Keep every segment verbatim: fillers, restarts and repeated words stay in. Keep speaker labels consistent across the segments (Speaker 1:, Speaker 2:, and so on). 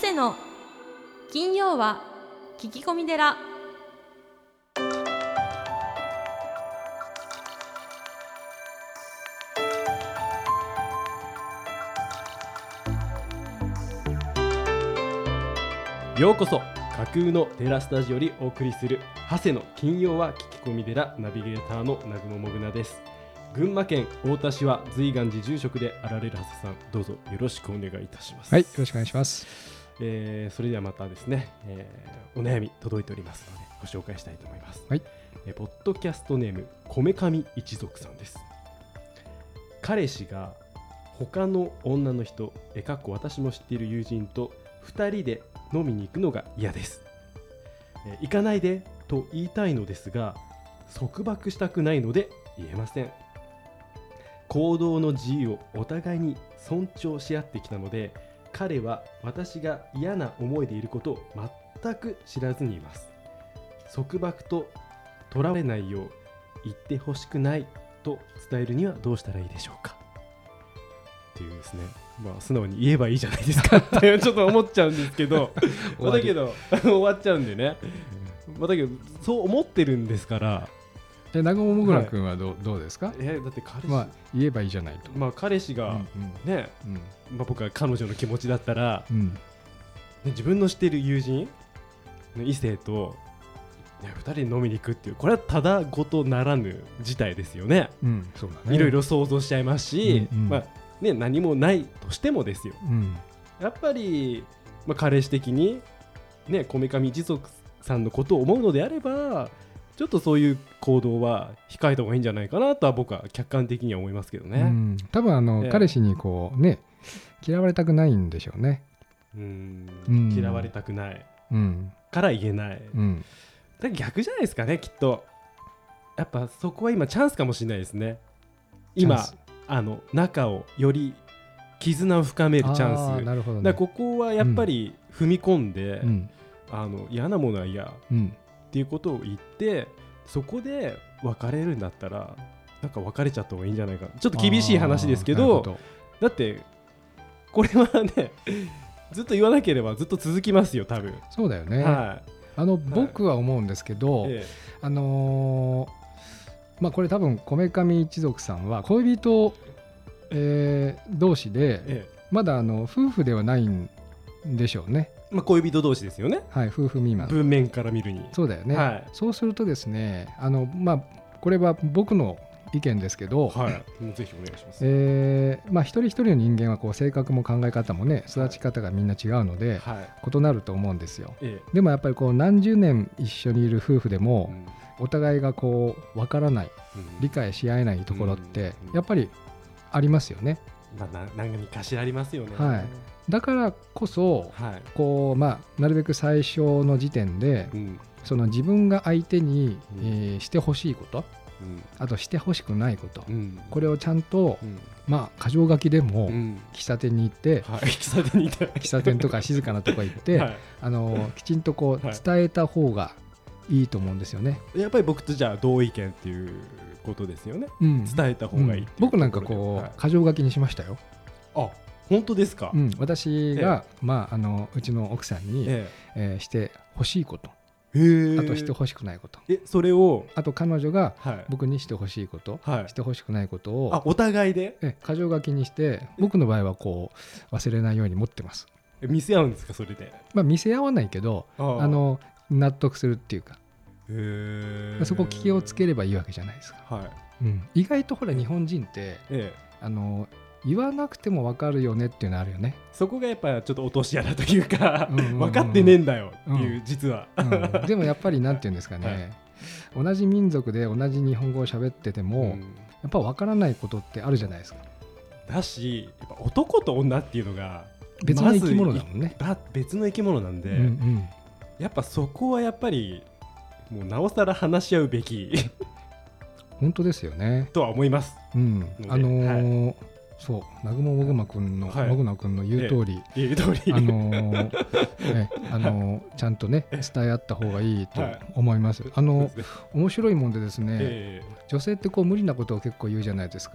Speaker 1: 谷の金曜は聞き込み寺。
Speaker 2: ようこそ架空のテラスタジオよりお送りする長谷の金曜は聞き込み寺、ナビゲーターの南雲もぐなです。群馬県太田市は随願寺住職であられる長谷さん、どうぞよろしくお願いいたします。
Speaker 3: はい、よろしくお願いします。
Speaker 2: えー、それではまたですね、えー、お悩み届いておりますのでご紹介したいと思います。
Speaker 3: はい、
Speaker 2: えー、ポッドキャストネームこめかみ一族さんです。彼氏が他の女の人、えかっこ私も知っている友人とふたりで飲みに行くのが嫌です。えー、行かないでと言いたいのですが束縛したくないので言えません。行動の自由をお互いに尊重し合ってきたので、彼は私が嫌な思いでいることを全く知らずにいます。束縛ととらわれないよう言ってほしくないと伝えるにはどうしたらいいでしょうかっていうですね、まあ素直に言えばいいじゃないですかってちょっと思っちゃうんですけどまあだけど終わっちゃうんでね、まあ、だけどそう思ってるんですから。
Speaker 3: え、南雲もぐら君はどう、はい、どうですか？
Speaker 2: えだって彼氏、
Speaker 3: まあ、言えばいいじゃないと。
Speaker 2: まあ彼氏が、うんうん、ね、うんまあ、僕は彼女の気持ちだったら、うんね、自分の知っている友人異性と、ね、ふたりで飲みに行くっていう、これはただごとならぬ事態ですよね。うん、そうだね。いろいろ想像しちゃいますし、うんうんまあね、何もないとしてもですよ、うん、やっぱり、まあ、彼氏的にね、こめかみ一族さんのことを思うのであればちょっとそういう行動は控えた方がいいんじゃないかなとは僕は客観的には思いますけどね。うん、
Speaker 3: 多分あの、えー、彼氏にこうね嫌われたくないんでしょうね。
Speaker 2: うん、うん、嫌われたくない、うん、から言えない、うん、だから逆じゃないですかね、きっと。やっぱそこは今チャンスかもしれないですね。今あの仲をより絆を深めるチャンス。なるほどね。だからここはやっぱり踏み込んで、うん、あの嫌なものは嫌、うんっていうことを言って、そこで別れるんだったらなんか別れちゃった方がいいんじゃないか。ちょっと厳しい話ですけ ど, どだってこれはねずっと言わなければずっと続きますよ、多分。
Speaker 3: そうだよね、はい、あの僕は思うんですけど、はい、あのー、まあこれ多分こめかみ一族さんは恋人、えー、同士で、ええ、まだあの夫婦ではないんでしょうね。
Speaker 2: まあ、恋人同士ですよね。
Speaker 3: はい、夫婦未満。
Speaker 2: 文面から見るに。
Speaker 3: そうだよね。はい、そうするとですね、あの、まあ、これは僕の意見ですけど、はい、もうぜひお願いします。えーまあ、一人一人の人間はこう性格も考え方もね、育ち方がみんな違うので、はい、異なると思うんですよ。ええ、でもやっぱりこう何十年一緒にいる夫婦でも、うん、お互いがこう分からない、うん、理解し合えないところって、うん、やっぱりありますよね。
Speaker 2: まあ、な何かしらありますよね。
Speaker 3: はい、だからこそ、はい、こうまあ、なるべく最初の時点で、うん、その自分が相手に、うんえー、してほしいこと、うん、あとしてほしくないこと、うん、これをちゃんと、うんまあ、箇条書きでも、うん、喫茶店に行って、はい、喫茶店に行って喫茶店とか静かなとこ行って、はい、あのきちんとこう、はい、伝えた方がいいと思うんですよね。
Speaker 2: やっぱり僕とじゃあ同意見っていうことですよね、うん、伝えた方がいいっていう、うん、
Speaker 3: 僕なんかこう、はい、箇条書きにしましたよ。
Speaker 2: あ、本当ですか？
Speaker 3: うん、私が、ええまあ、あのうちの奥さんに、えええー、してほしいこと、へあとしてほしくないこと、
Speaker 2: えそれを
Speaker 3: あと彼女が僕にしてほしいこと、はい、してほしくないことを、
Speaker 2: あお互いで
Speaker 3: え箇条書きにして、僕の場合はこう忘れないように持ってます。
Speaker 2: え見せ合うんですかそれで？
Speaker 3: まあ、見せ合わないけど、ああの納得するっていうか、
Speaker 2: へ
Speaker 3: そこ気をつければいいわけじゃないですか、はいうん、意外とほら日本人って、ええ、あの言わなくても分かるよねっていうのあるよね。
Speaker 2: そこがやっぱちょっと落とし穴というか、うんうんうん、分かってねえんだよっていう、うん、実は、うん、
Speaker 3: でもやっぱりなんていうんですかね、はい、同じ民族で同じ日本語を喋ってても、うん、やっぱ分からないことってあるじゃないですか。
Speaker 2: だしやっぱ男と女っていうのが
Speaker 3: 別の生き物だもんね。
Speaker 2: ま、別の生き物なんで、うんうん、やっぱそこはやっぱりもうなおさら話し合うべき
Speaker 3: 本当ですよね
Speaker 2: とは思います、
Speaker 3: うん、あのーはいそう南雲もぐまくんの、はい、もぐなくんの言う通り、
Speaker 2: ええ、言う通り
Speaker 3: あのーねあのー、ちゃんとね伝え合った方がいいと思います、はい、あの面白いもんでですね、ええ、女性ってこう無理なことを結構言うじゃないですか。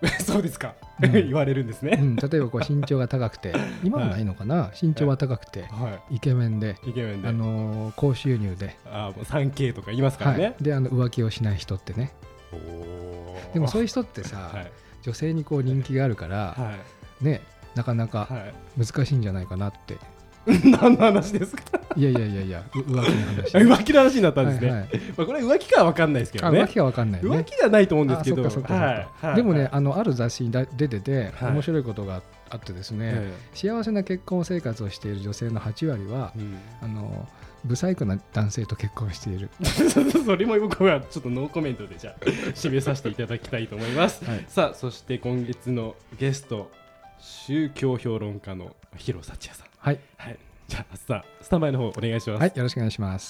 Speaker 2: そうですか、
Speaker 3: うん、
Speaker 2: 言われるんですね、
Speaker 3: うん、例えばこう身長が高くて今はないのかな、はい、身長は高くて、はい、イケメンで、
Speaker 2: イケメンで、
Speaker 3: あのー、高収入で、
Speaker 2: あもう スリーケー とか言いますからね、はい、
Speaker 3: であの浮気をしない人ってね。おでもそういう人ってさ、はい、女性にこう人気があるから、はい、ね、なかなか難しいんじゃないかなって、
Speaker 2: 何の話ですか？
Speaker 3: いやいやいやいや、浮気の話
Speaker 2: 浮気の話になったんですね、はいはい、まあ、これ浮気かは分かんないですけどね。
Speaker 3: 浮気かは分かんないね。
Speaker 2: 浮気ではないと思うんですけど、
Speaker 3: でもね、あのある雑誌に出てて面白いことがあってですね、はい、幸せな結婚生活をしている女性のはち割は、うん、あのブサイクな男性と結婚している
Speaker 2: それも僕はちょっとノーコメントでじゃあ締めさせていただきたいと思います、はい、さあそして今月のゲスト、宗教評論家の広幸也さん、
Speaker 3: はい、
Speaker 2: はい、じゃあさスタンバイの方お願いします。
Speaker 3: はい、よろしくお願いします。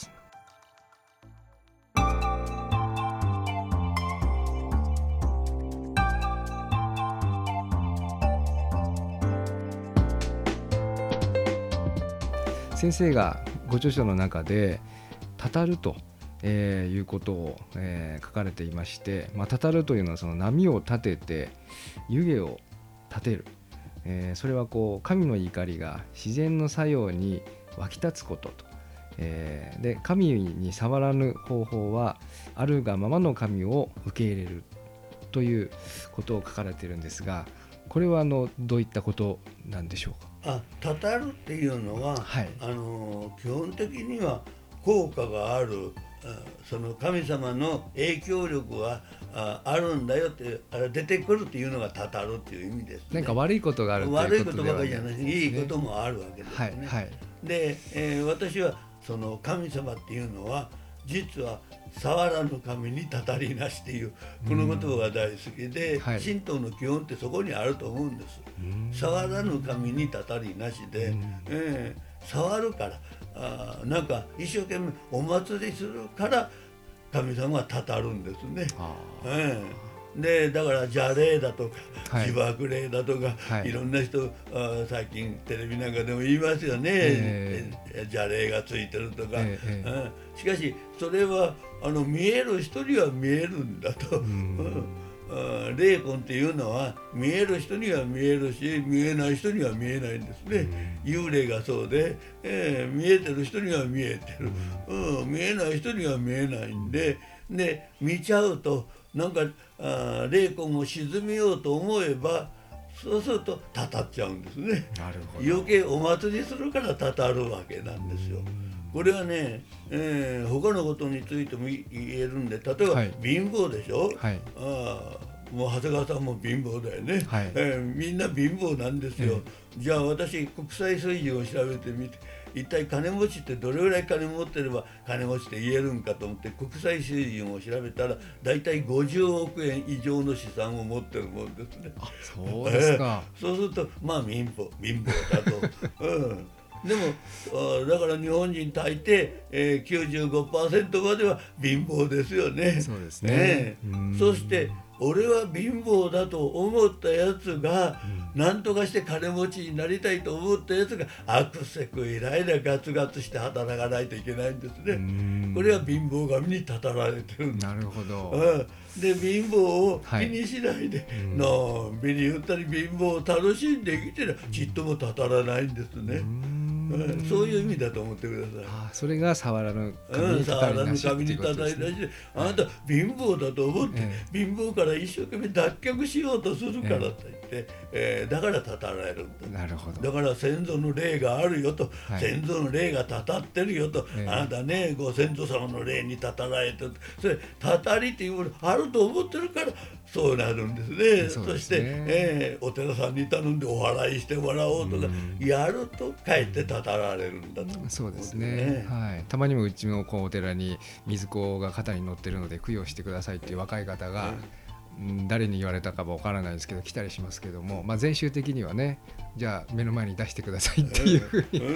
Speaker 3: 先生がご著書の中でたたると、えー、いうことを、えー、書かれていまして、まあ、たたるというのはその波を立てて湯気を立てる、えー、それはこう神の怒りが自然の作用に湧き立つことと、えー、で神に触らぬ方法はあるがままの神を受け入れるということを書かれているんですが、これはあのどういったことなんでしょうか。
Speaker 4: あ、たたるっていうのは、はい、あの基本的には効果がある、その神様の影響力があるんだよって出てくるっていうのがたたるっていう意味ですね。
Speaker 3: なんか悪いことがあるっていうことではないですね。
Speaker 4: 悪いことばかりじゃないし、いいこともあるわけですね。はいはい、で、えー、私はその神様っていうのは実は触らぬ神にたたりなしっていうこの言葉が大好きで、はい、神道の基本ってそこにあると思うんです。触らぬ神にたたりなしで、えー、触るからあなんか一生懸命お祭りするから神様はたたるんですね。えー、でだから邪霊だとか、はい、自爆霊だとか、はい、いろんな人あ最近テレビなんかでも言いますよね、えー、邪霊がついてるとか、えーえー、しかしそれはあの見える人には見えるんだと、うん霊魂っていうのは見える人には見えるし見えない人には見えないんですね。幽霊がそうで、えー、見えてる人には見えてる、うん、見えない人には見えないんで、で見ちゃうとなんかあ霊魂を鎮めようと思えばそうするとたたっちゃうんですね。なるほど。余計お祭りするからたたるわけなんですよ。これはね、えー、他のことについても言えるんで、例えば、はい、貧乏でしょ、はい、あもう長谷川さんも貧乏だよね、はいえー、みんな貧乏なんですよ、うん、じゃあ私国際水準を調べてみて一体金持ちってどれぐらい金持ってれば金持ちって言えるんかと思って国際水準を調べたらだいたいごじゅうおくえん以上の資産を持ってるもんですね。
Speaker 3: あ、そうですか、
Speaker 4: えー、そうするとまあ貧乏貧乏だと、うんでもだから日本人大抵、えー、きゅうじゅうごパーセント までは貧乏ですよね。
Speaker 3: そうですね。
Speaker 4: ねそして俺は貧乏だと思ったやつが何とかして金持ちになりたいと思ったやつがあくせくいらいなガツガツして働かないといけないんですね。これは貧乏神にたたられてるんです。
Speaker 3: なるほど、
Speaker 4: うん、で貧乏を気にしないで、はい、のんびりゆったり貧乏を楽しんで生きてるちっともたたらないんですね。そういう意味だと思ってください。
Speaker 3: ああそれが触らぬ神にたたりなしっていうことですね。
Speaker 4: あなた貧乏だと思って、ええ、貧乏から一生懸命脱却しようとするからと言って、ええー、だからたたられるんだ。
Speaker 3: なるほど。
Speaker 4: だから先祖の霊があるよと、はい、先祖の霊がたたってるよと、ええ、あなたねご先祖様の霊にたたられてそれたたりっていうものあると思ってるからそうなるんですね。そうですね。そして、えー、お寺さんに頼んでお祓いしてもらおうとかやるとかえってたたられるんだと、
Speaker 3: ね、そうですね、はい、たまにもうちのこうお寺に水子が肩に乗ってるので供養してくださいっていう若い方が、うん、誰に言われたかもわからないですけど来たりしますけども、まあ、禅宗的にはねじゃあ目の前に出してくださいっていうふうに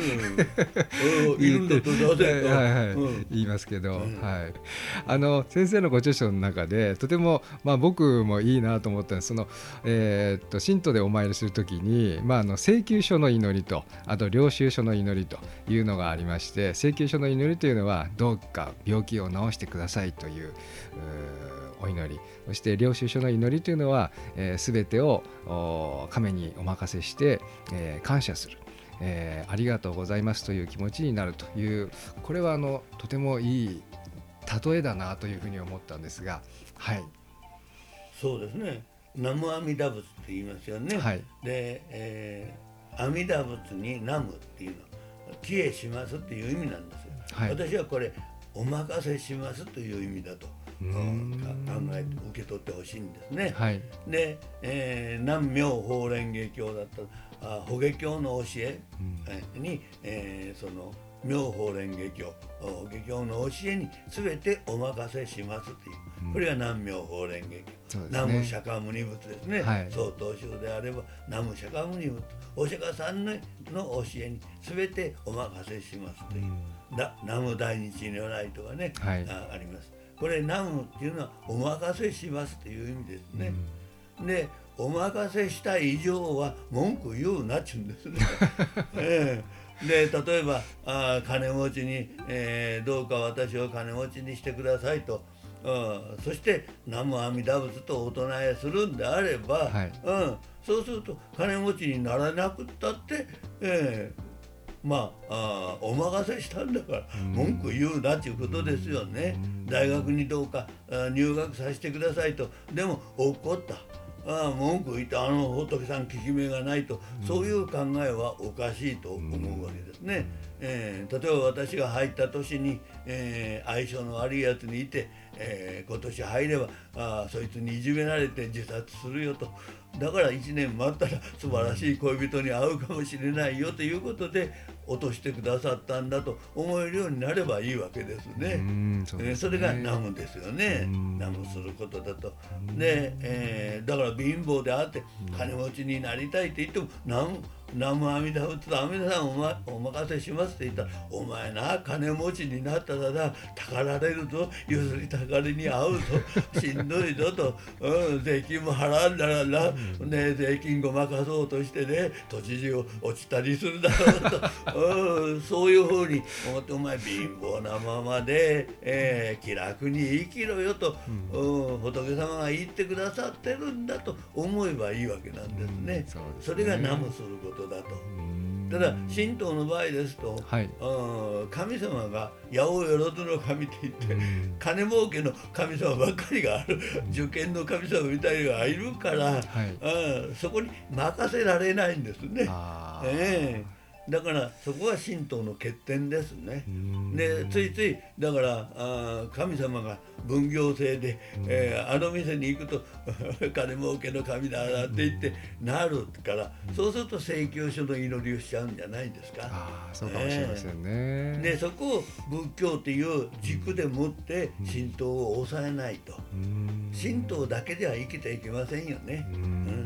Speaker 3: 言いますけど、うんはい、あの先生のご著書の中でとても、まあ、僕もいいなと思ったのはその、えー、っと神道でお参りするときに、まあ、あの請求書の祈りとあと領収書の祈りというのがありまして請求書の祈りというのはどうか病気を治してくださいという、うお祈り、そして領収書の祈りというのは、えー、全てを神にお任せして、えー、感謝する、えー、ありがとうございますという気持ちになるという、これはあのとてもいい例えだなというふうに思ったんですが、はい、
Speaker 4: そうですね。南無阿弥陀仏って言いますよね。はい、で、えー、阿弥陀仏に南無っていうの帰依しますっていう意味なんですよ。はい、私はこれお任せしますという意味だと考えて受け取ってほしいんですね。はい、で、えー、南妙法蓮華経だったら法華経の教えに、うん、えー、その妙法蓮華経法華経の教えに全てお任せしますという、うん、これが南妙法蓮華経、ね、南無釈迦牟尼仏ですね。はい、曹洞宗であれば南無釈迦牟尼仏、お釈迦さんの教えに全てお任せしますという、うん、だ南無大日如来とかね、はい、あ, あります。これ南無っていうのはお任せしますという意味ですね。うん、でお任せした以上は文句言うなっちゅうんですね。えー、で例えばあ金持ちに、えー、どうか私を金持ちにしてくださいと、うん、そして南無阿弥陀仏とお唱えするんであれば、はい、うん、そうすると金持ちにならなくったって、えーまあ、あお任せしたんだから文句言うなっていうことですよね。大学にどうか入学させてくださいと、でも怒った、あ文句言ってあの仏さん効き目がないと、そういう考えはおかしいと思うわけですね。えー、例えば私が入った年に、えー、相性の悪いやつにいて、えー、今年入ればあそいつにいじめられて自殺するよと、だからいちねん待ったら素晴らしい恋人に会うかもしれないよということで落としてくださったんだと思えるようになればいいわけですね。うんそうですね、えー、それが南無ですよね。南無することだと。で、えー、だから貧乏であって金持ちになりたいって言っても南無南無阿弥陀仏と阿弥陀さんを お,、ま、お任せしますって言ったら、お前な金持ちになったらなたかられるぞ、譲りたかりに遭うぞ、しんどいぞと、うん、税金も払うんだらな、うん、ね、税金ごまかそうとしてね土地地を落ちたりするだろうと、うん、そういうふうに思って、お前貧乏なままで、えー、気楽に生きろよと、うんうん、仏様が言ってくださってるんだと思えばいいわけなんですね。うん、そうですね。それが南無することだと。ただ神道の場合ですと、はい、神様が八百万の神って言って、金儲けの神様ばっかりがある、受験の神様みたいがいるから、はい、そこに任せられないんですね。えーだからそこは神道の欠点ですね。でついついだからあ神様が分業制で、えー、あの店に行くと金儲けの神だなって言ってなるから、そうすると請求書の祈りをしちゃうんじゃないですか。
Speaker 3: あそうかもしれませんね。
Speaker 4: えー、でそこを仏教っていう軸でもって神道を抑えないと、神道だけでは生きていけませんよね。うん、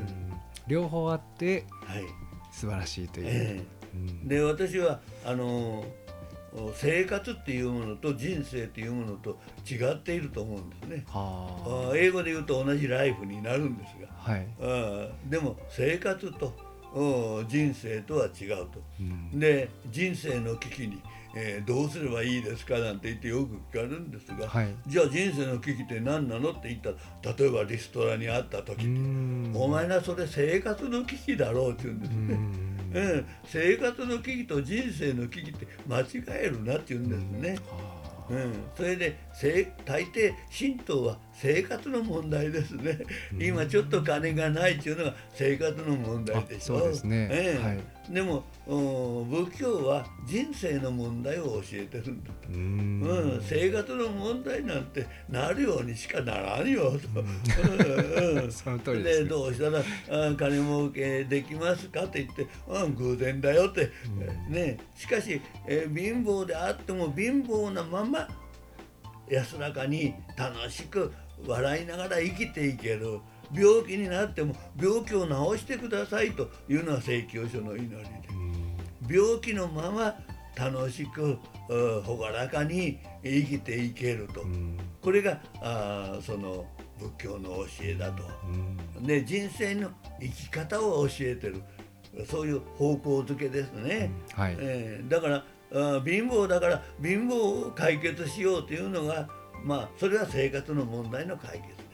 Speaker 3: 両方あって、はい、素晴らしいという。えー
Speaker 4: で私はあの生活っていうものと人生っていうものと違っていると思うんですね。はあ、英語で言うと同じライフになるんですが、はい、あでも生活と人生とは違うと、うん、で人生の危機に、えー、どうすればいいですかなんて言ってよく聞かれるんですが、はい、じゃあ人生の危機って何なのって言ったら、例えばリストラにあった時って、お前なそれ生活の危機だろうって言うんですね。うん、生活の危機と人生の危機って間違えるなって言うんですね。うん、それで大抵神道は生活の問題ですね。今ちょっと金がないっていうのが生活の問題でしょ。
Speaker 3: そうですね。
Speaker 4: えーはい、でも仏教は人生の問題を教えてるんだと。うん、うん、生活の問題なんてなるようにしかならんよと。その通りですね。でどうしたらあ金儲けできますかって言って、うん、偶然だよって、うん、ね。しかし、えー、貧乏であっても貧乏なまま安らかに楽しく笑いながら生きていける。病気になっても病気を治してくださいというのは請求書の祈りで、病気のまま楽しく朗らかに生きていけると、これがあその仏教の教えだと。で人生の生き方を教えてる、そういう方向づけですね。はい、えー、だから貧乏だから貧乏を解決しようというのが、まあそれは生活の問題の解決。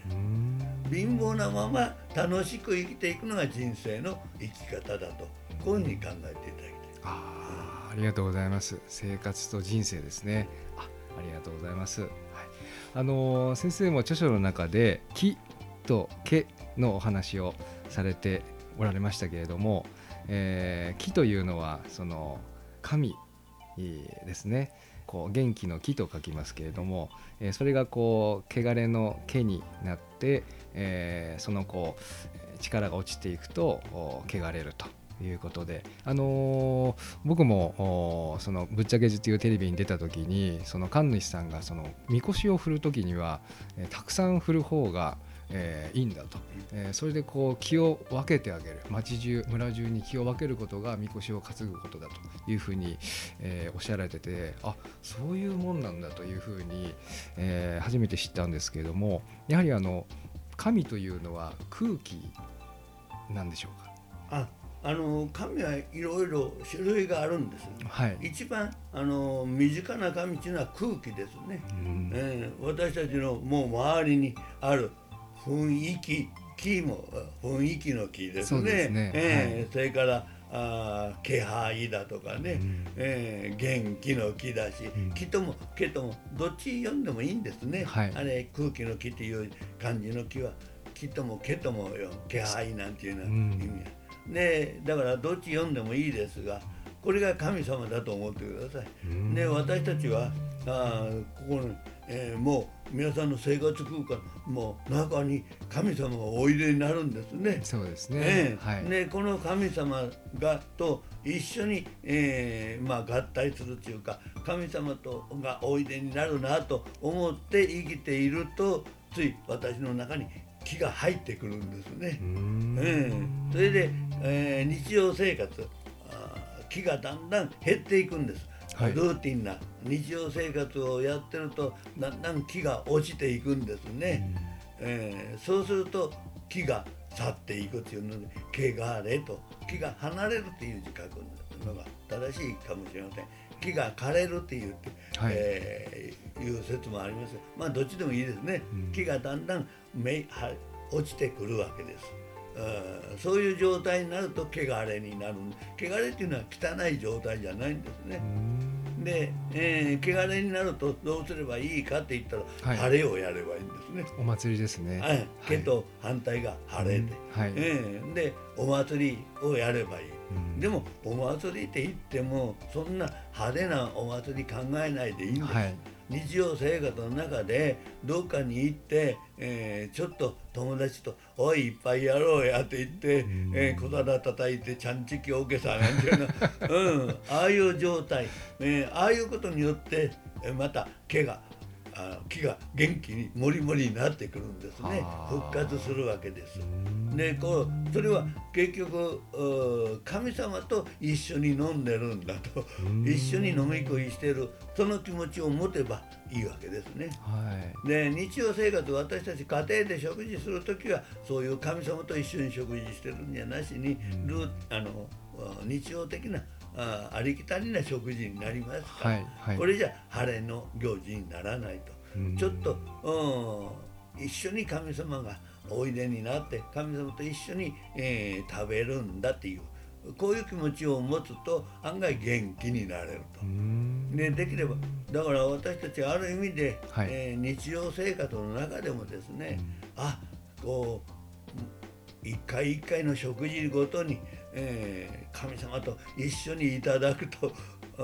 Speaker 4: 貧乏なまま楽しく生きていくのが人生の生き方だと、こういうふうに考えていただきたい。
Speaker 3: あ, ありがとうございます。生活と人生ですね。あ, ありがとうございます、はい、あの先生も著書の中で木と毛のお話をされておられましたけれども、えー、木というのはその神ですね。こう元気の木と書きますけれども、えー、それがこう汚れの毛になって、えー、そのこう力が落ちていくと汚れるということで、あのー、僕もそのぶっちゃけずというテレビに出た時に、その神主さんがそのみこしを振る時には、えー、たくさん振る方がえー、いいんだと、えー、それでこう気を分けてあげる、町中村中に気を分けることがみこしを担ぐことだというふうに、えー、おっしゃられてて、あ、そういうもんなんだというふうに、えー、初めて知ったんですけれども、やはりあの神というのは空気なんでしょうか。
Speaker 4: ああの神はいろいろ種類があるんです、はい、一番あの身近な神というのは空気ですね、うんえー、私たちのもう周りにある雰囲気、気も雰囲気の気ですね。そうですね、えーはい、それからあ気配だとかね、うんえー、元気の気だし、うん、気とも気ともどっち読んでもいいんですね、はい、あれ空気の気という漢字の気は気とも気ともよ気配なんていうような意味、うん、でだからどっち読んでもいいですが、これが神様だと思ってください。うん、で私たちはあここのえー、もう皆さんの生活空間もう中に神様がおいでになるんですね。
Speaker 3: そうですね。
Speaker 4: えーはい、でこの神様がと一緒に、えーまあ、合体するというか、神様とがおいでになるなと思って生きていると、つい私の中に気が入ってくるんですね。えー、それで、えー、日常生活気がだんだん減っていくんです。はい、ルーティンな日常生活をやってるとだんだん気が落ちていくんですね、うんえー、そうすると気が去っていくというので汚れと気が離れるという字書くのが正しいかもしれません。気が枯れるっていう、はいえー、いう説もあります。まあどっちでもいいですね、うん、気がだんだんめは落ちてくるわけです。そういう状態になると汚れになる。汚れっていうのは汚い状態じゃないんですね。で、えー、汚れになるとどうすればいいかって言ったら、はい、晴れをやればいいんですね。
Speaker 3: お祭りですね。
Speaker 4: はい、毛と反対が晴れで、はいえー、でお祭りをやればいい。でもお祭りって言ってもそんな派手なお祭り考えないでいいんです。はい日常生活の中でどっかに行って、えー、ちょっと友達と「おいいっぱいやろうや」って言って、えー、小皿叩いてちゃんちきおけさなんていうの、うん、ああいう状態、えー、ああいうことによってまた毛があ木が元気にもりもりになってくるんですね。復活するわけです。でこうそれは結局神様と一緒に飲んでるんだと、一緒に飲み食いしてるその気持ちを持てばいいわけですね。はい、で日常生活私たち家庭で食事するときはそういう神様と一緒に食事してるんじゃなしにルあの日常的なあ, ありきたりな食事になりますから、はいはい、これじゃ晴れの行事にならないと。ちょっと、うん、一緒に神様がおいでになって神様と一緒に、えー、食べるんだっていうこういう気持ちを持つと案外元気になれると。で, できればだから私たちはある意味で、はいえー、日常生活の中でもですね、あこう一回一回の食事ごとに、えー、神様と一緒にいただくと、うん、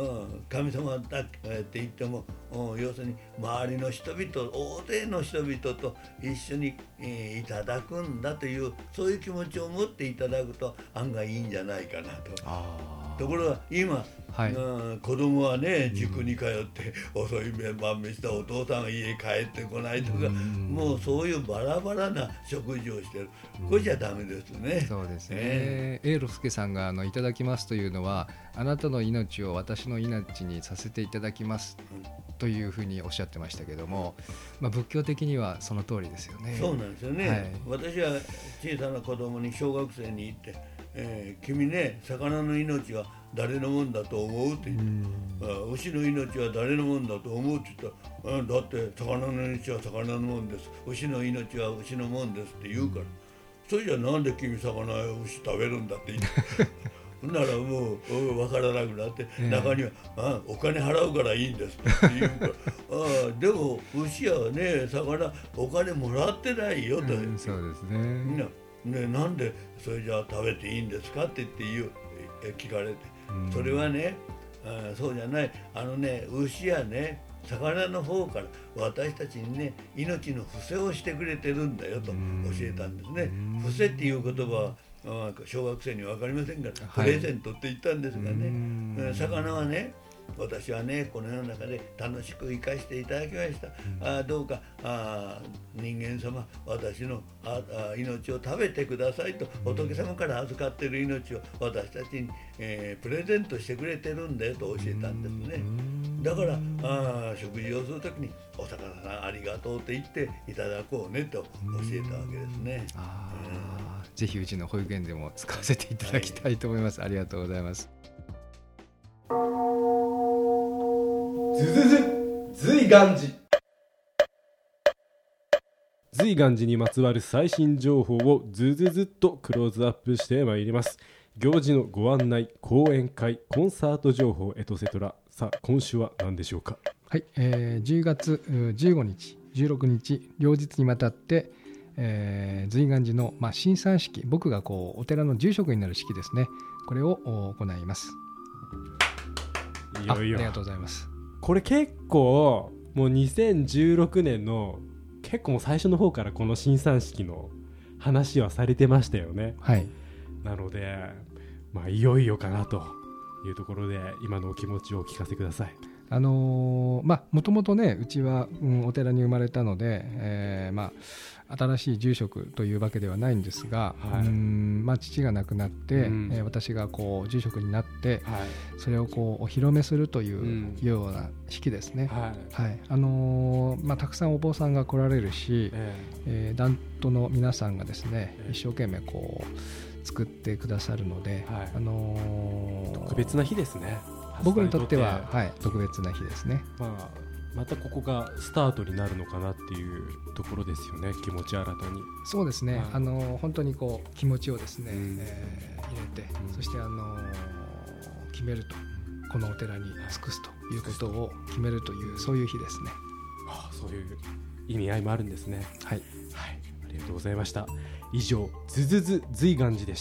Speaker 4: 神様だって言っても、うん、要するに周りの人々大勢の人々と一緒に、えー、いただくんだというそういう気持ちを持っていただくと案外いいんじゃないかなと。ところが今、はいうん、子供はね塾に通って遅い晩飯したお父さんが家帰ってこないとか、もうそういうバラバラな食事をしてる。これじゃダメですね。
Speaker 3: そうですね。えー、永六輔さんがあのいただきますというのはあなたの命を私の命にさせていただきます、うん、というふうにおっしゃってましたけども、まあ、仏教的にはその通りですよね。
Speaker 4: そうなんですよね、はい、私は小さな子供に小学生に行ってえー、君ね魚の命は誰のもんだと思うって言って、うん、牛の命は誰のもんだと思うって言ったら、うん、だって魚の命は魚のもんです、牛の命は牛のもんですって言うから、それじゃなんで君魚や牛食べるんだって言ってほんならもう分からなくなって、えー、中にはあお金払うからいいんですって言うからあでも牛はね魚お金もらってないよと、うん、
Speaker 3: そうですね。
Speaker 4: ね、なんでそれじゃあ食べていいんですかって言って言う聞かれて、うん、それはねあそうじゃない、あのね牛やね魚の方から私たちにね命の伏せをしてくれてるんだよと教えたんですね。伏せっていう言葉は小学生には分かりませんから、はい、プレゼントって言ったんですがね、魚はね私はねこの世の中で楽しく生かしていただきました、うん、あどうかあ人間様私のああ命を食べてくださいと、うん、仏様から預かっている命を私たちに、えー、プレゼントしてくれてるんだよと教えたんですね、うん、だからあ食事をするときにお魚さんありがとうって言っていただこうねと教えたわけですね、うん、あ
Speaker 3: ぜひうちの保育園でも使わせていただきたいと思います、はい、ありがとうございます。
Speaker 2: ずずず随願寺随願寺にまつわる最新情報をずずずっとクローズアップしてまいります。行事のご案内、講演会、コンサート情報エトセトラ。さあ今週は何でしょうか。
Speaker 3: はい、えー、じゅうがつじゅうごにちじゅうろくにち両日にわたって、えー、随願寺の、まあ、新参式、僕がこうお寺の住職になる式ですね、これを行います。
Speaker 2: いよいよ
Speaker 3: あ, ありがとうございます。
Speaker 2: これ結構もうにせんじゅうろくねんの結構もう最初の方からこの新参式の話はされてましたよね。
Speaker 3: はい。
Speaker 2: なのでまあいよいよかなというところで今のお気持ちをお聞かせください。
Speaker 3: あのー、まあもともとねうちは、うん、お寺に生まれたので、えー、まあ新しい住職というわけではないんですが、はい、うんまあ、父が亡くなって、うんえー、私がこう住職になって、はい、それをこうお披露目するというような式ですね、はいはい、あのーまあ、たくさんお坊さんが来られるし、えーえー、団徒の皆さんがですね、えー、一生懸命こう作ってくださるので、はい、あのー、
Speaker 2: 特別な日ですね。
Speaker 3: 僕にとっては、はい、特別な日ですね。
Speaker 2: まあ、またここがスタートになるのかなっていうところですよね。気持ち新たに。
Speaker 3: そうですね、はい、あの本当にこう気持ちをですね、うんえー、入れて、うん、そしてあの決めると、このお寺に尽くすということを決めるという、そういう日ですね。
Speaker 2: はあ、そういう意味合いもあるんですね。
Speaker 3: はい、
Speaker 2: はい、ありがとうございました。以上、ずずず随願寺でした。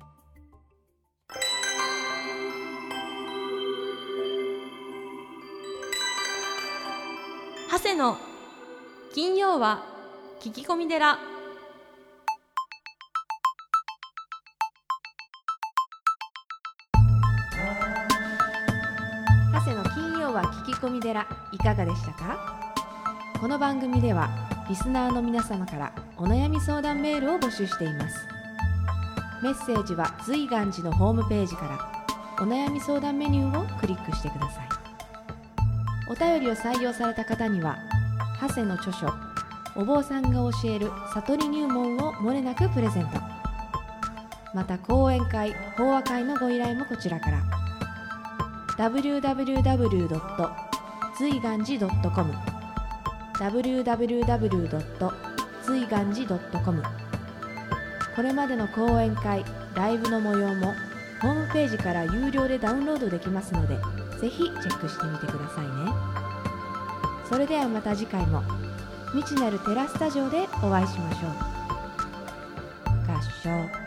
Speaker 1: 長谷の金曜は聞き込み寺。長谷の金曜は聞き込み寺、いかがでしたか。この番組ではリスナーの皆様からお悩み相談メールを募集しています。メッセージは随願寺のホームページからお悩み相談メニューをクリックしてください。お便りを採用された方には長谷の著書お坊さんが教える悟り入門をもれなくプレゼント。また講演会、法話会のご依頼もこちらから。 ダブリューダブリューダブリュードット随願寺ドットコム ダブリューダブリューダブリュードット随願寺ドットコム。 これまでの講演会、ライブの模様もホームページから有料でダウンロードできますので、ぜひチェックしてみてくださいね。それではまた次回も未知なるテラスタジオでお会いしましょう。合唱。